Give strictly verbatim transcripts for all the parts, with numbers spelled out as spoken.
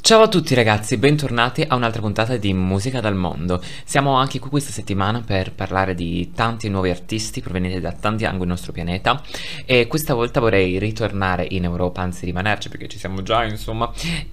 Ciao a tutti ragazzi, bentornati a un'altra puntata di Musica dal Mondo. Siamo anche qui questa settimana per parlare di tanti nuovi artisti provenienti da tanti angoli del nostro pianeta e questa volta vorrei ritornare in Europa, anzi rimanerci perché ci siamo già insomma,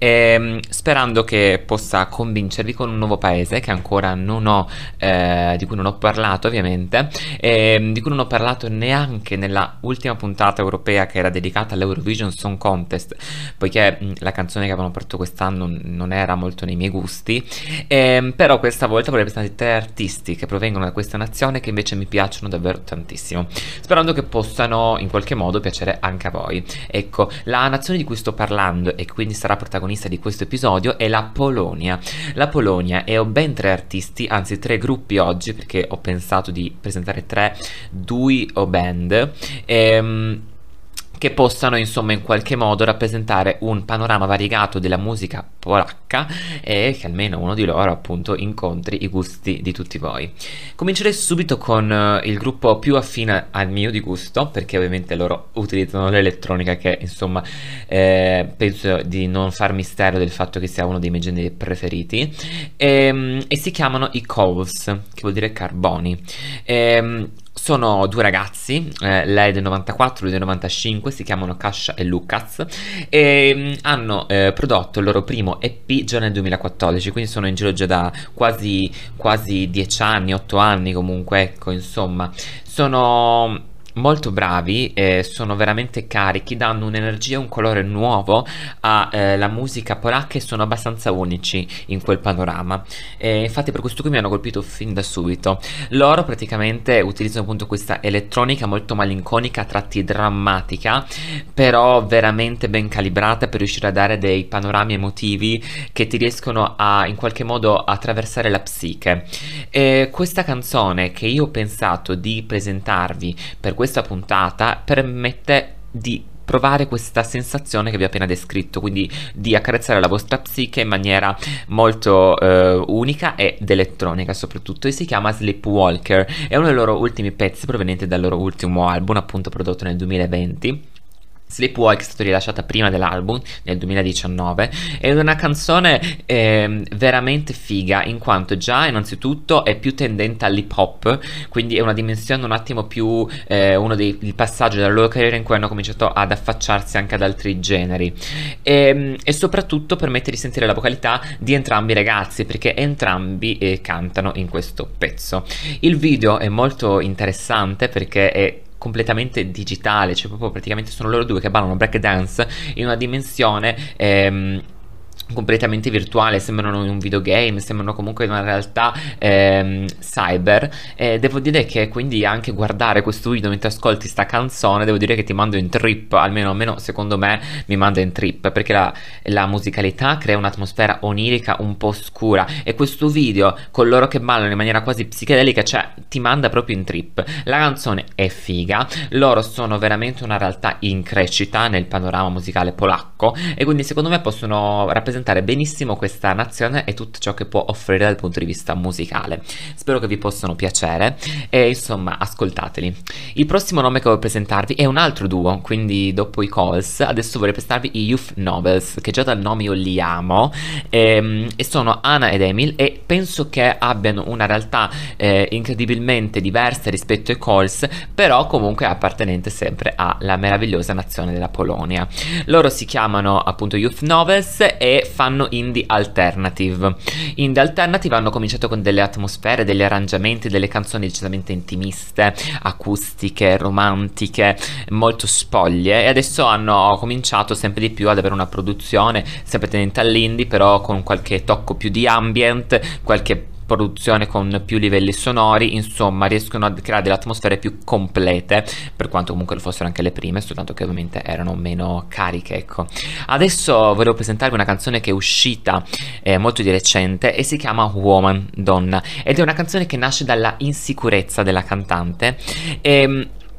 e, sperando che possa convincervi con un nuovo paese che ancora non ho, eh, di cui non ho parlato ovviamente, e di cui non ho parlato neanche nella ultima puntata europea che era dedicata all'Eurovision Song Contest, poiché mh, la canzone che avevano portato quest'anno non, non era molto nei miei gusti, ehm, però questa volta vorrei presentare tre artisti che provengono da questa nazione che invece mi piacciono davvero tantissimo, sperando che possano in qualche modo piacere anche a voi. Ecco, la nazione di cui sto parlando e quindi sarà protagonista di questo episodio è la Polonia. La Polonia, e ho ben tre artisti, anzi tre gruppi oggi perché ho pensato di presentare tre duo o band, ehm, che possano insomma in qualche modo rappresentare un panorama variegato della musica polacca e che almeno uno di loro appunto incontri i gusti di tutti voi. Comincerei subito con uh, il gruppo più affine al mio di gusto, perché ovviamente loro utilizzano l'elettronica che insomma eh, penso di non far mistero del fatto che sia uno dei miei generi preferiti, e, e si chiamano i Coals, che vuol dire carboni. E, sono due ragazzi, eh, lei del novantaquattro, lui del novantacinque, si chiamano Kasia e Lukas e mh, hanno eh, prodotto il loro primo E P già nel duemilaquattordici, quindi sono in giro già da quasi, quasi dieci anni, otto anni comunque, ecco, insomma, sono molto bravi e sono veramente carichi, danno un'energia e un colore nuovo alla musica polacca e sono abbastanza unici in quel panorama, e infatti per questo qui mi hanno colpito fin da subito. Loro praticamente utilizzano appunto questa elettronica molto malinconica, a tratti drammatica, però veramente ben calibrata per riuscire a dare dei panorami emotivi che ti riescono a in qualche modo attraversare la psiche. E questa canzone che io ho pensato di presentarvi per questa puntata permette di provare questa sensazione che vi ho appena descritto, quindi di accarezzare la vostra psiche in maniera molto eh, unica ed elettronica soprattutto, e si chiama Sleepwalker. È uno dei loro ultimi pezzi provenienti dal loro ultimo album, appunto prodotto nel duemilaventi. Sleepwalk è stata rilasciata prima dell'album, nel duemiladiciannove, ed è una canzone eh, veramente figa, in quanto già innanzitutto è più tendente all'hip hop, quindi è una dimensione un attimo più, eh, uno dei passaggi della loro carriera in cui hanno cominciato ad affacciarsi anche ad altri generi, e, e soprattutto permette di sentire la vocalità di entrambi i ragazzi, perché entrambi eh, cantano in questo pezzo. Il video è molto interessante perché è completamente digitale, cioè proprio praticamente sono loro due che ballano breakdance in una dimensione ehm, completamente virtuale, sembrano in un videogame, sembrano comunque in una realtà ehm, cyber, e devo dire che quindi anche guardare questo video mentre ascolti sta canzone, devo dire che ti mando in trip, almeno, almeno secondo me mi manda in trip, perché la, la musicalità crea un'atmosfera onirica un po' scura, e questo video con loro che ballano in maniera quasi psichedelica, cioè ti manda proprio in trip. La canzone è figa, loro sono veramente una realtà in crescita nel panorama musicale polacco, e quindi secondo me possono rappresentare benissimo questa nazione e tutto ciò che può offrire dal punto di vista musicale. Spero che vi possano piacere e insomma ascoltateli. Il prossimo nome che voglio presentarvi è un altro duo, quindi dopo i Coals adesso vorrei presentarvi i Youth Novels, che già dal nome io li amo, ehm, e sono Anna ed Emil, e penso che abbiano una realtà eh, incredibilmente diversa rispetto ai Coals, però comunque appartenente sempre alla meravigliosa nazione della Polonia. Loro si chiamano appunto Youth Novels e fanno indie alternative. Indie alternative hanno cominciato con delle atmosfere, degli arrangiamenti, delle canzoni decisamente intimiste, acustiche, romantiche, molto spoglie, e adesso hanno cominciato sempre di più ad avere una produzione sempre tendente all'indie, però con qualche tocco più di ambient, qualche produzione con più livelli sonori, insomma riescono a creare delle atmosfere più complete, per quanto comunque lo fossero anche le prime, soltanto che ovviamente erano meno cariche, ecco. Adesso volevo presentarvi una canzone che è uscita eh, molto di recente e si chiama Woman, donna, ed è una canzone che nasce dalla insicurezza della cantante, e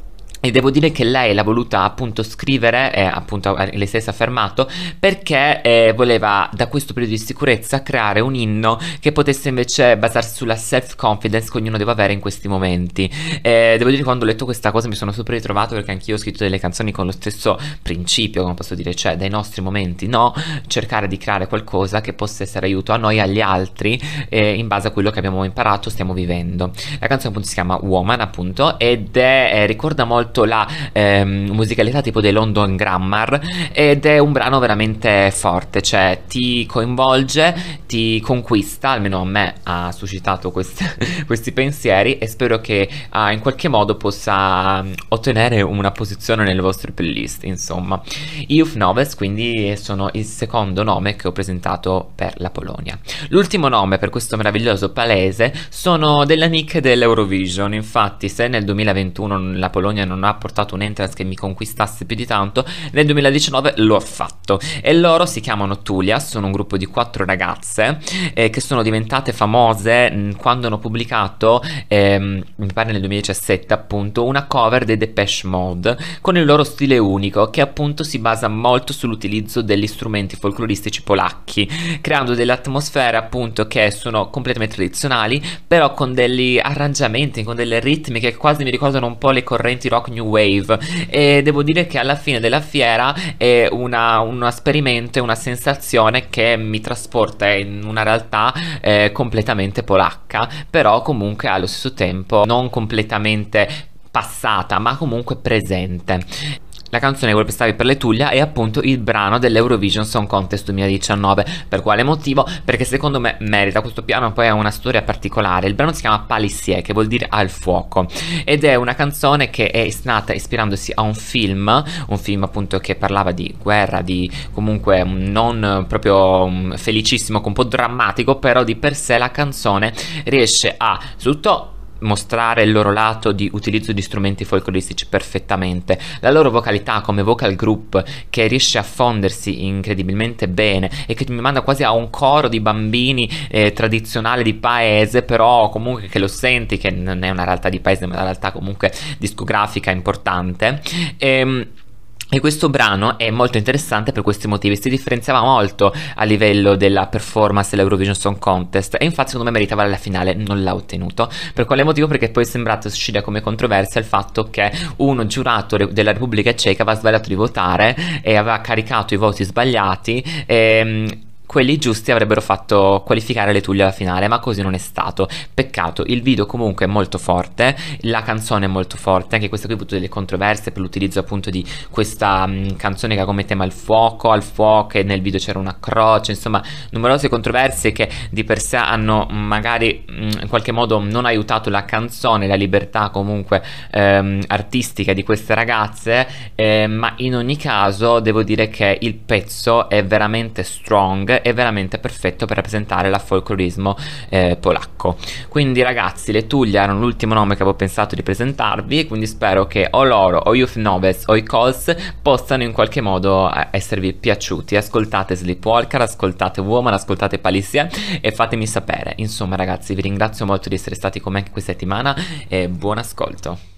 E devo dire che lei l'ha voluta appunto scrivere, e appunto lei stessa ha affermato, perché eh, voleva da questo periodo di sicurezza creare un inno che potesse invece basarsi sulla self-confidence che ognuno deve avere in questi momenti. Eh, devo dire che quando ho letto questa cosa mi sono super ritrovato, perché anch'io ho scritto delle canzoni con lo stesso principio, come posso dire, cioè dai nostri momenti, no? Cercare di creare qualcosa che possa essere aiuto a noi e agli altri eh, in base a quello che abbiamo imparato, stiamo vivendo. La canzone appunto si chiama Woman appunto, ed è, eh, ricorda molto la ehm, musicalità tipo dei London Grammar, ed è un brano veramente forte, cioè ti coinvolge, ti conquista, almeno a me ha suscitato queste, questi pensieri, e spero che uh, in qualche modo possa um, ottenere una posizione nelle vostre playlist. Insomma, Youth Noves quindi sono il secondo nome che ho presentato per la Polonia. L'ultimo nome per questo meraviglioso paese sono delle amiche dell'Eurovision. Infatti, se nel duemilaventuno la Polonia non ha portato un entrance che mi conquistasse più di tanto, nel duemiladiciannove lo ha fatto, e loro si chiamano Tulia, sono un gruppo di quattro ragazze eh, che sono diventate famose mh, quando hanno pubblicato ehm, mi pare nel duemiladiciassette appunto una cover dei Depeche Mode con il loro stile unico, che appunto si basa molto sull'utilizzo degli strumenti folcloristici polacchi, creando delle atmosfere appunto che sono completamente tradizionali, però con degli arrangiamenti, con delle ritmiche che quasi mi ricordano un po' le correnti rock new wave. E devo dire che alla fine della fiera è una, uno esperimento, è una sensazione che mi trasporta in una realtà eh, completamente polacca, però comunque allo stesso tempo non completamente passata, ma comunque presente. La canzone che volevo prestarvi per le Tulia è appunto il brano dell'Eurovision Song Contest duemiladiciannove. Per quale motivo? Perché secondo me merita. Questo piano poi ha una storia particolare. Il brano si chiama Palissier, che vuol dire al fuoco, ed è una canzone che è nata ispirandosi a un film, un film appunto che parlava di guerra, di comunque non proprio felicissimo, un po' drammatico, però di per sé la canzone riesce a tutto mostrare il loro lato di utilizzo di strumenti folcloristici perfettamente, la loro vocalità come vocal group che riesce a fondersi incredibilmente bene e che mi manda quasi a un coro di bambini eh, tradizionale di paese, però comunque che lo senti che non è una realtà di paese ma una realtà comunque discografica importante. E, E questo brano è molto interessante per questi motivi, si differenziava molto a livello della performance dell'Eurovision Song Contest, e infatti secondo me meritava la finale, non l'ha ottenuto. Per quale motivo? Perché poi è sembrato uscire come controversia il fatto che un giurato della Repubblica Ceca aveva sbagliato di votare e aveva caricato i voti sbagliati, e quelli giusti avrebbero fatto qualificare le Tulia alla finale, ma così non è stato. Peccato. Il video comunque è molto forte, la canzone è molto forte, anche questa qui ha avuto delle controversie per l'utilizzo appunto di questa mh, canzone che ha come tema il fuoco, al fuoco, e nel video c'era una croce, insomma numerose controversie che di per sé hanno magari mh, in qualche modo non aiutato la canzone, la libertà comunque ehm, artistica di queste ragazze, eh, ma in ogni caso devo dire che il pezzo è veramente strong, è veramente perfetto per rappresentare la folclorismo eh, polacco. Quindi ragazzi, le Tulia erano l'ultimo nome che avevo pensato di presentarvi, e quindi spero che o loro o Youth Noves o i Cols possano in qualche modo esservi piaciuti. Ascoltate Sleepwalker, ascoltate Woman, ascoltate Palissier e fatemi sapere. Insomma ragazzi, vi ringrazio molto di essere stati con me anche questa settimana e buon ascolto.